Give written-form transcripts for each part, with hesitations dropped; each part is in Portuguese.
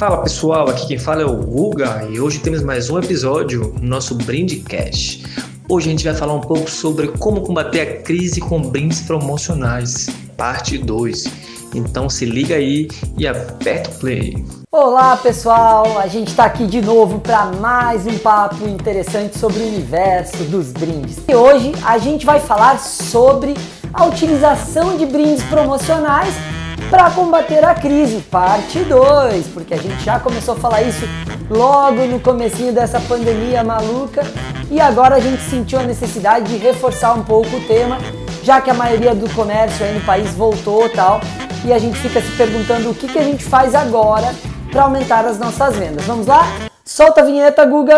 Fala pessoal, aqui quem fala é o Guga e hoje temos mais um episódio no nosso Brindcast. Hoje a gente vai falar um pouco sobre como combater a crise com brindes promocionais, parte 2. Então se liga aí e aperta o play. Olá pessoal, a gente está aqui de novo para mais um papo interessante sobre o universo dos brindes. E hoje a gente vai falar sobre a utilização de brindes promocionais para combater a crise, parte 2, porque a gente já começou a falar isso logo no comecinho dessa pandemia maluca e agora a gente sentiu a necessidade de reforçar um pouco o tema, já que a maioria do comércio aí no país voltou e tal, e a gente fica se perguntando o que a gente faz agora para aumentar as nossas vendas. Vamos lá? Solta a vinheta, Guga!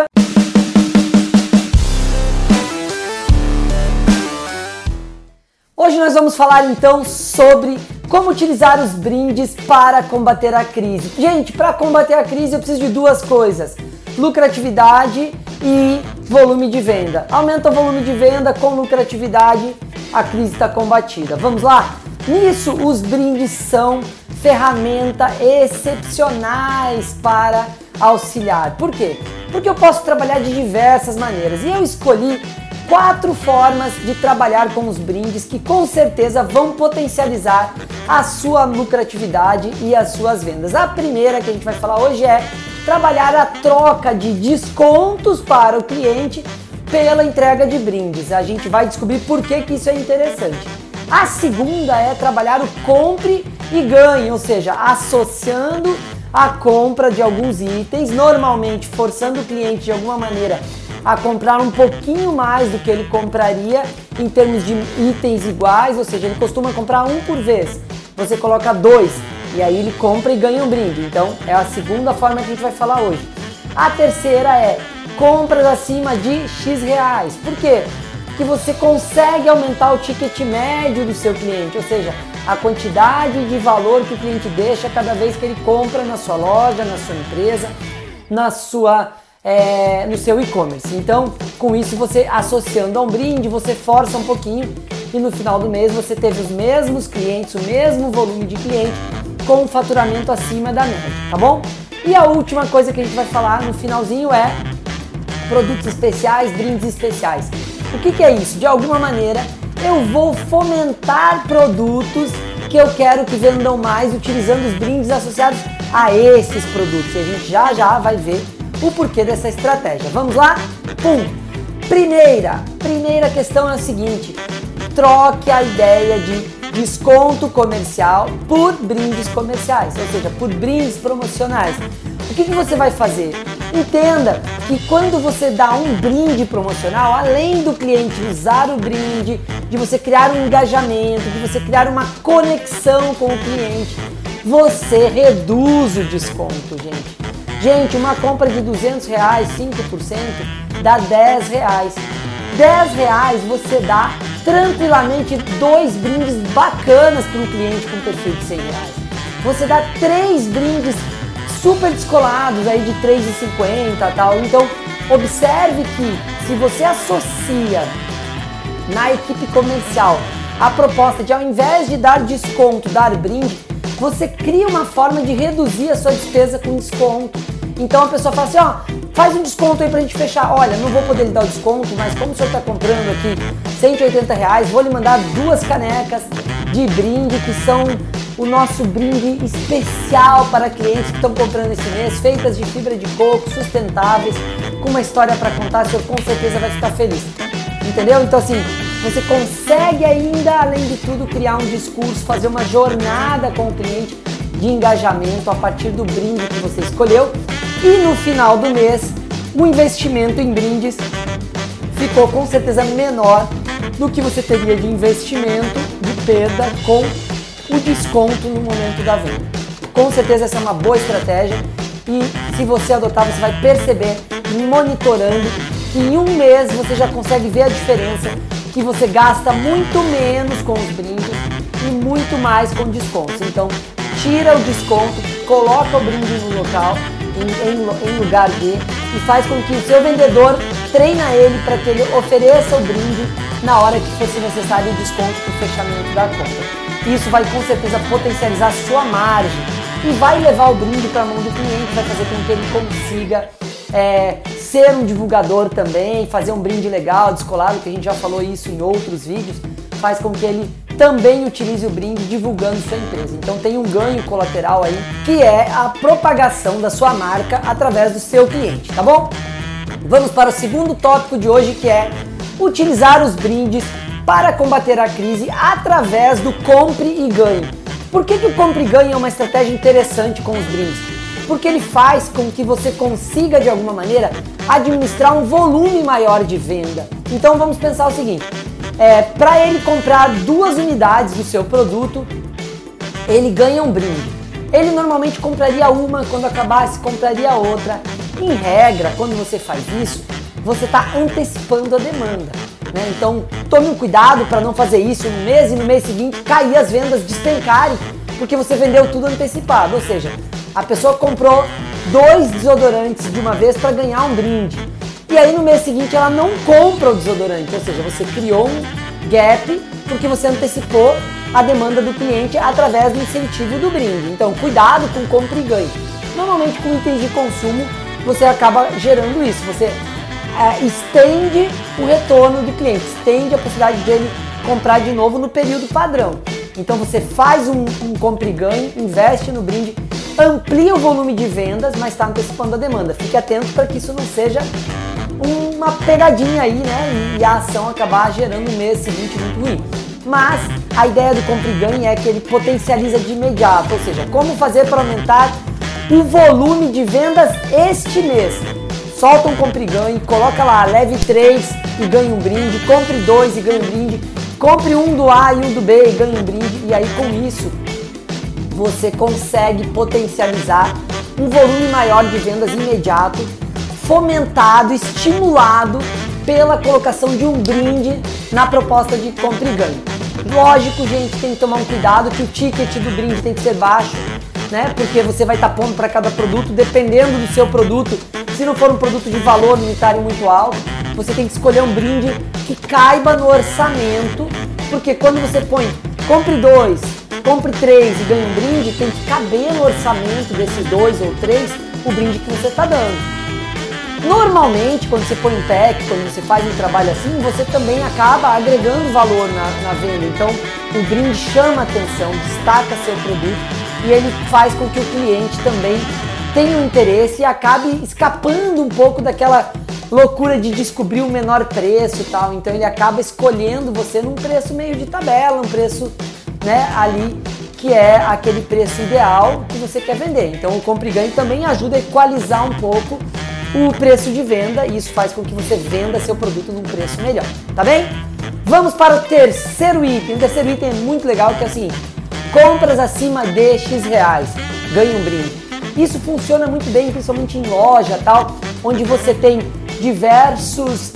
Hoje nós vamos falar então sobre como utilizar os brindes para combater a crise. Gente, para combater a crise eu preciso de duas coisas: lucratividade e volume de venda. Aumenta o volume de venda, com lucratividade a crise está combatida. Vamos lá? Nisso, os brindes são ferramentas excepcionais para auxiliar. Por quê? Porque eu posso trabalhar de diversas maneiras e eu escolhi 4 formas de trabalhar com os brindes que com certeza vão potencializar a sua lucratividade e as suas vendas. A primeira que a gente vai falar hoje é trabalhar a troca de descontos para o cliente pela entrega de brindes. A gente vai descobrir por que isso é interessante. A segunda é trabalhar o compre e ganhe, ou seja, associando a compra de alguns itens, normalmente forçando o cliente de alguma maneira a comprar um pouquinho mais do que ele compraria em termos de itens iguais, ou seja, ele costuma comprar um por vez, você coloca 2 e aí ele compra e ganha um brinde. Então é a segunda forma que a gente vai falar hoje. A terceira é compras acima de X reais. Por quê? Porque você consegue aumentar o ticket médio do seu cliente, ou seja, a quantidade de valor que o cliente deixa cada vez que ele compra na sua loja, na sua empresa, no seu e-commerce. Então, com isso, você associando a um brinde, você força um pouquinho e no final do mês você teve os mesmos clientes, o mesmo volume de cliente com um faturamento acima da média, tá bom? E a última coisa que a gente vai falar no finalzinho é produtos especiais, brindes especiais. O que é isso? De alguma maneira, eu vou fomentar produtos que eu quero que vendam mais utilizando os brindes associados a esses produtos. E a gente já vai ver o porquê dessa estratégia. Vamos lá? Primeira questão é a seguinte: troque a ideia de desconto comercial por brindes comerciais, ou seja, por brindes promocionais. O que você vai fazer? Entenda que quando você dá um brinde promocional, além do cliente usar o brinde, de você criar um engajamento, de você criar uma conexão com o cliente, você reduz o desconto, gente. Gente, uma compra de R$200, 5% dá R$10. R$10 você dá tranquilamente 2 brindes bacanas para um cliente com perfil de R$100. Você dá 3 brindes super descolados aí de R$3,50 e tal. Então, observe que se você associa na equipe comercial a proposta de, ao invés de dar desconto, dar brinde, você cria uma forma de reduzir a sua despesa com desconto. Então a pessoa fala assim, faz um desconto aí pra gente fechar. Olha, não vou poder lhe dar o desconto, mas como o senhor está comprando aqui R$180, vou lhe mandar 2 canecas de brinde, que são o nosso brinde especial para clientes que estão comprando esse mês, feitas de fibra de coco, sustentáveis, com uma história para contar, o senhor com certeza vai ficar feliz. Entendeu? Então assim, você consegue ainda, além de tudo, criar um discurso, fazer uma jornada com o cliente de engajamento a partir do brinde que você escolheu. E no final do mês, o investimento em brindes ficou com certeza menor do que você teria de investimento de perda com o desconto no momento da venda. Com certeza essa é uma boa estratégia e se você adotar, você vai perceber, monitorando, que em um mês você já consegue ver a diferença, que você gasta muito menos com os brindes e muito mais com descontos. Então, tira o desconto, coloca o brinde no local, em lugar de, e faz com que o seu vendedor treina ele para que ele ofereça o brinde na hora que fosse necessário o desconto para o fechamento da compra. Isso vai com certeza potencializar a sua margem e vai levar o brinde para a mão do cliente, vai fazer com que ele consiga ser um divulgador também, fazer um brinde legal, descolado, que a gente já falou isso em outros vídeos, faz com que ele também utilize o brinde divulgando sua empresa. Então tem um ganho colateral aí, que é a propagação da sua marca através do seu cliente, tá bom? Vamos para o segundo tópico de hoje, que é utilizar os brindes para combater a crise através do compre e ganhe. Por que o compre e ganhe é uma estratégia interessante com os brindes? Porque ele faz com que você consiga, de alguma maneira, administrar um volume maior de venda. Então vamos pensar o seguinte, para ele comprar 2 unidades do seu produto, ele ganha um brinde. Ele normalmente compraria uma, quando acabasse compraria outra. Em regra, quando você faz isso, você está antecipando a demanda, né? Então tome um cuidado para não fazer isso no mês e no mês seguinte cair as vendas, despencarem, porque você vendeu tudo antecipado. Ou seja, a pessoa comprou 2 desodorantes de uma vez para ganhar um brinde. E aí no mês seguinte ela não compra o desodorante, ou seja, você criou um gap porque você antecipou a demanda do cliente através do incentivo do brinde. Então cuidado com compra e ganho. Normalmente com itens de consumo você acaba gerando isso, você estende o retorno do cliente, estende a possibilidade de ele comprar de novo no período padrão. Então você faz um compra e ganho, investe no brinde, amplia o volume de vendas, mas está antecipando a demanda. Fique atento para que isso não seja uma pegadinha aí, né? E a ação acabar gerando no mês seguinte muito ruim. Mas a ideia do compra e ganha é que ele potencializa de imediato, ou seja, como fazer para aumentar o volume de vendas este mês. Solta um compre e ganhe, coloca lá, leve 3 e ganhe um brinde, compre 2 e ganhe um brinde, compre um do A e um do B e ganhe um brinde, e aí com isso você consegue potencializar um volume maior de vendas imediato, fomentado, estimulado pela colocação de um brinde na proposta de compra e ganho. Lógico, gente, tem que tomar um cuidado que o ticket do brinde tem que ser baixo, né? Porque você vai estar pondo para cada produto, dependendo do seu produto. Se não for um produto de valor unitário muito alto, você tem que escolher um brinde que caiba no orçamento, porque quando você põe compre 2, compre 3 e ganhe um brinde, tem que caber no orçamento desses 2 ou 3 o brinde que você está dando. Normalmente, quando você põe um pack, quando você faz um trabalho assim, você também acaba agregando valor na venda. Então, o brinde chama atenção, destaca seu produto e ele faz com que o cliente também tenha um interesse e acabe escapando um pouco daquela loucura de descobrir o menor preço e tal. Então, ele acaba escolhendo você num preço meio de tabela, um preço, né, ali que é aquele preço ideal que você quer vender. Então, o compra e ganhe também ajuda a equalizar um pouco o preço de venda e isso faz com que você venda seu produto num preço melhor, tá bem? Vamos para o terceiro item. O terceiro item é muito legal, que é o seguinte: compras acima de X reais, ganha um brinde. Isso funciona muito bem, principalmente em loja tal, onde você tem diversas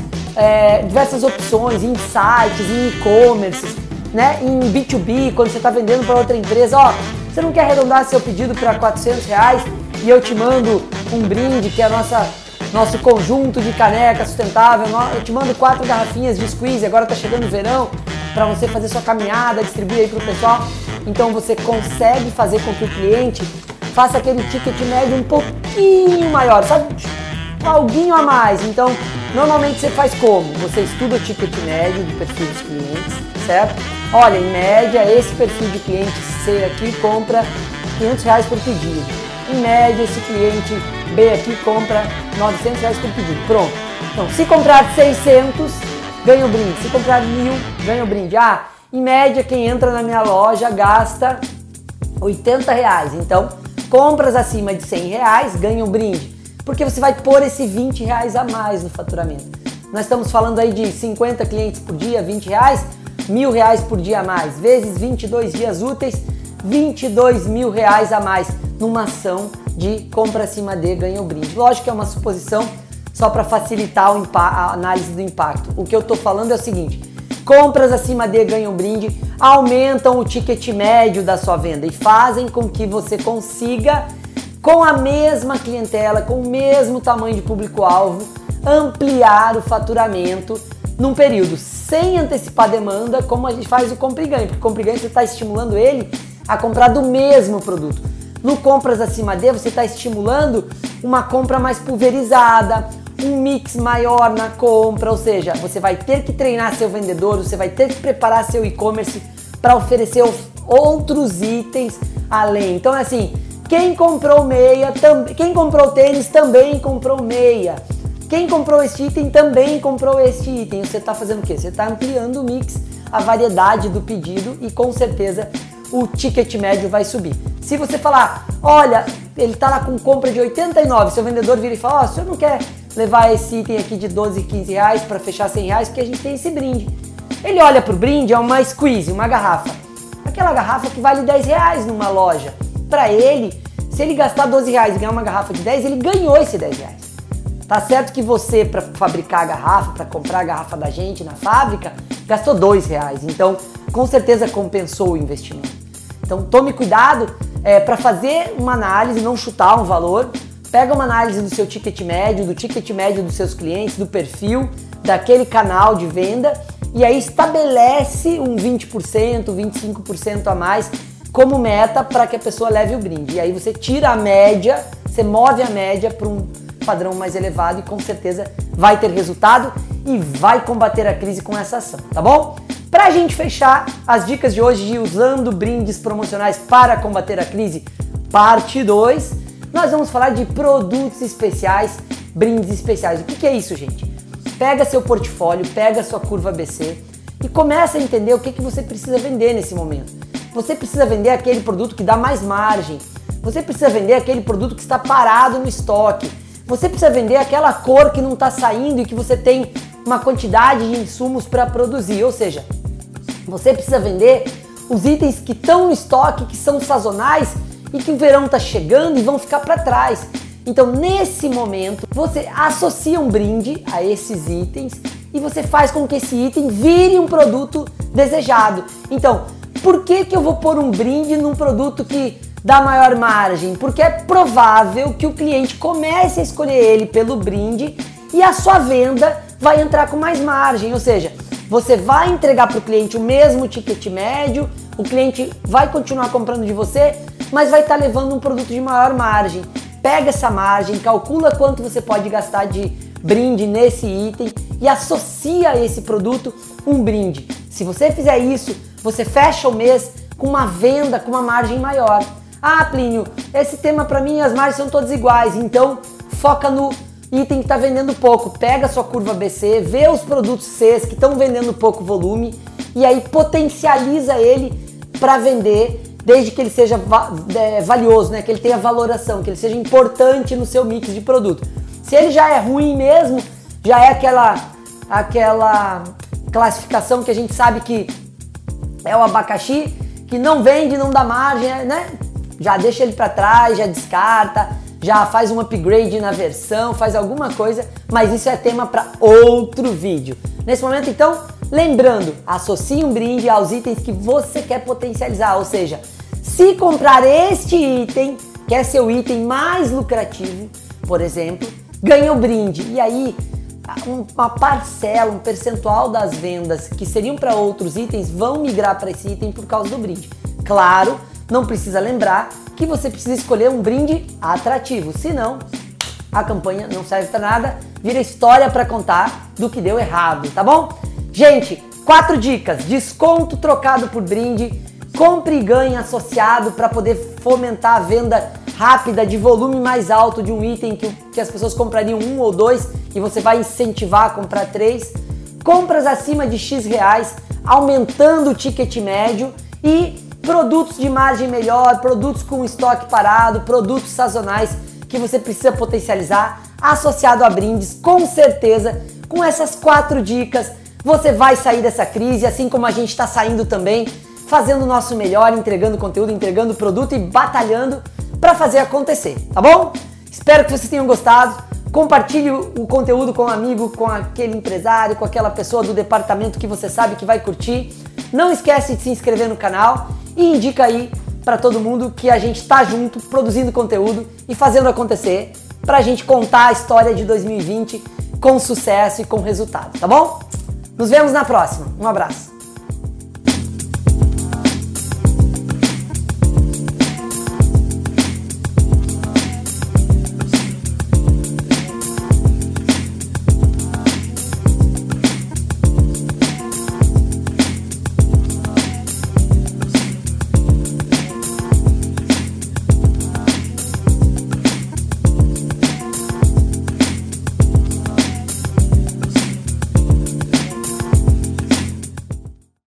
opções em sites, em e-commerce, né? Em B2B, quando você está vendendo para outra empresa, ó, você não quer arredondar seu pedido para R$400 e eu te mando um brinde, que é nosso conjunto de caneca sustentável, eu te mando 4 garrafinhas de squeeze, agora tá chegando o verão, para você fazer sua caminhada, distribuir aí pro pessoal. Então você consegue fazer com que o cliente faça aquele ticket médio um pouquinho maior, sabe? Alguinho a mais. Então, normalmente você faz como? Você estuda o ticket médio do perfil dos clientes, certo? Olha, em média, esse perfil de cliente C aqui compra R$500 por pedido. Em média, esse cliente B aqui compra R$900 por pedido. Pronto. Então, se comprar 600, ganha o brinde. Se comprar 1.000, ganha o brinde. Ah, em média, quem entra na minha loja gasta R$80. Então, compras acima de R$100, ganha um brinde. Porque você vai pôr esse R$20 a mais no faturamento. Nós estamos falando aí de 50 clientes por dia, R$20, R$1.000 por dia a mais, vezes 22 dias úteis, R$22.000 a mais numa ação de compra acima de ganha o brinde. Lógico que é uma suposição só para facilitar a análise do impacto. O que eu estou falando é o seguinte: compras acima de ganha um brinde aumentam o ticket médio da sua venda e fazem com que você consiga, com a mesma clientela, com o mesmo tamanho de público-alvo, ampliar o faturamento num período sem antecipar a demanda, como a gente faz o compra e ganha. Porque o compra e ganha você está estimulando ele a comprar do mesmo produto. No compras acima de, você está estimulando uma compra mais pulverizada, um mix maior na compra, ou seja, você vai ter que treinar seu vendedor, você vai ter que preparar seu e-commerce para oferecer outros itens além. Então é assim, quem comprou meia, quem comprou tênis também comprou meia. Quem comprou este item também comprou este item. Você está fazendo o quê? Você está ampliando o mix, a variedade do pedido e com certeza o ticket médio vai subir. Se você falar, olha, ele está lá com compra de 89, seu vendedor vira e fala, o senhor não quer levar esse item aqui de 12, 15 reais para fechar 100 reais porque a gente tem esse brinde. Ele olha pro brinde, é uma squeeze, uma garrafa. Aquela garrafa que vale 10 reais numa loja. Para ele, se ele gastar 12 reais e ganhar uma garrafa de 10, ele ganhou esse 10 reais. Tá certo que você, para fabricar a garrafa, para comprar a garrafa da gente na fábrica, gastou 2 reais. Então, com certeza compensou o investimento. Então, tome cuidado para fazer uma análise, não chutar um valor. Pega uma análise do seu ticket médio, do ticket médio dos seus clientes, do perfil, daquele canal de venda e aí estabelece um 20%, 25% a mais como meta para que a pessoa leve o brinde. E aí você tira a média, você move a média para um padrão mais elevado e com certeza vai ter resultado e vai combater a crise com essa ação, tá bom? Pra gente fechar as dicas de hoje de usando brindes promocionais para combater a crise, parte 2, nós vamos falar de produtos especiais, brindes especiais. O que é isso, gente? Pega seu portfólio, pega sua curva ABC e começa a entender o que você precisa vender nesse momento. Você precisa vender aquele produto que dá mais margem. Você precisa vender aquele produto que está parado no estoque. Você precisa vender aquela cor que não está saindo e que você tem uma quantidade de insumos para produzir. Ou seja, você precisa vender os itens que estão no estoque, que são sazonais e que o verão está chegando e vão ficar para trás. Então, nesse momento, você associa um brinde a esses itens e você faz com que esse item vire um produto desejado. Então, por que eu vou pôr um brinde num produto que dá maior margem? Porque é provável que o cliente comece a escolher ele pelo brinde e a sua venda vai entrar com mais margem. Ou seja, você vai entregar para o cliente o mesmo ticket médio, o cliente vai continuar comprando de você, mas vai estar levando um produto de maior margem. Pega essa margem, calcula quanto você pode gastar de brinde nesse item e associa a esse produto um brinde. Se você fizer isso, você fecha o mês com uma venda, com uma margem maior. Ah, Plínio, esse tema para mim as margens são todas iguais, então foca no item que está vendendo pouco. Pega a sua curva ABC, vê os produtos Cs que estão vendendo pouco volume e aí potencializa ele para vender, desde que ele seja valioso, né? Que ele tenha valoração, que ele seja importante no seu mix de produto. Se ele já é ruim mesmo, já é aquela classificação que a gente sabe que é o abacaxi, que não vende, não dá margem, né? Já deixa ele para trás, já descarta, já faz um upgrade na versão, faz alguma coisa, mas isso é tema para outro vídeo. Nesse momento, então, lembrando, associe um brinde aos itens que você quer potencializar, ou seja, se comprar este item, que é seu item mais lucrativo, por exemplo, ganha o brinde. E aí, uma parcela, um percentual das vendas que seriam para outros itens vão migrar para esse item por causa do brinde. Claro, não precisa lembrar que você precisa escolher um brinde atrativo, senão a campanha não serve para nada, vira história para contar do que deu errado, tá bom? Gente, 4 dicas: desconto trocado por brinde, compre e ganhe associado para poder fomentar a venda rápida de volume mais alto de um item que as pessoas comprariam 1 ou 2 e você vai incentivar a comprar 3, compras acima de X reais, aumentando o ticket médio e produtos de margem melhor, produtos com estoque parado, produtos sazonais que você precisa potencializar, associado a brindes. Com certeza, com essas 4 dicas, você vai sair dessa crise, assim como a gente está saindo também, fazendo o nosso melhor, entregando conteúdo, entregando produto e batalhando para fazer acontecer, tá bom? Espero que vocês tenham gostado. Compartilhe o conteúdo com um amigo, com aquele empresário, com aquela pessoa do departamento que você sabe que vai curtir. Não esquece de se inscrever no canal e indica aí para todo mundo que a gente tá junto, produzindo conteúdo e fazendo acontecer para a gente contar a história de 2020 com sucesso e com resultado, tá bom? Nos vemos na próxima. Um abraço.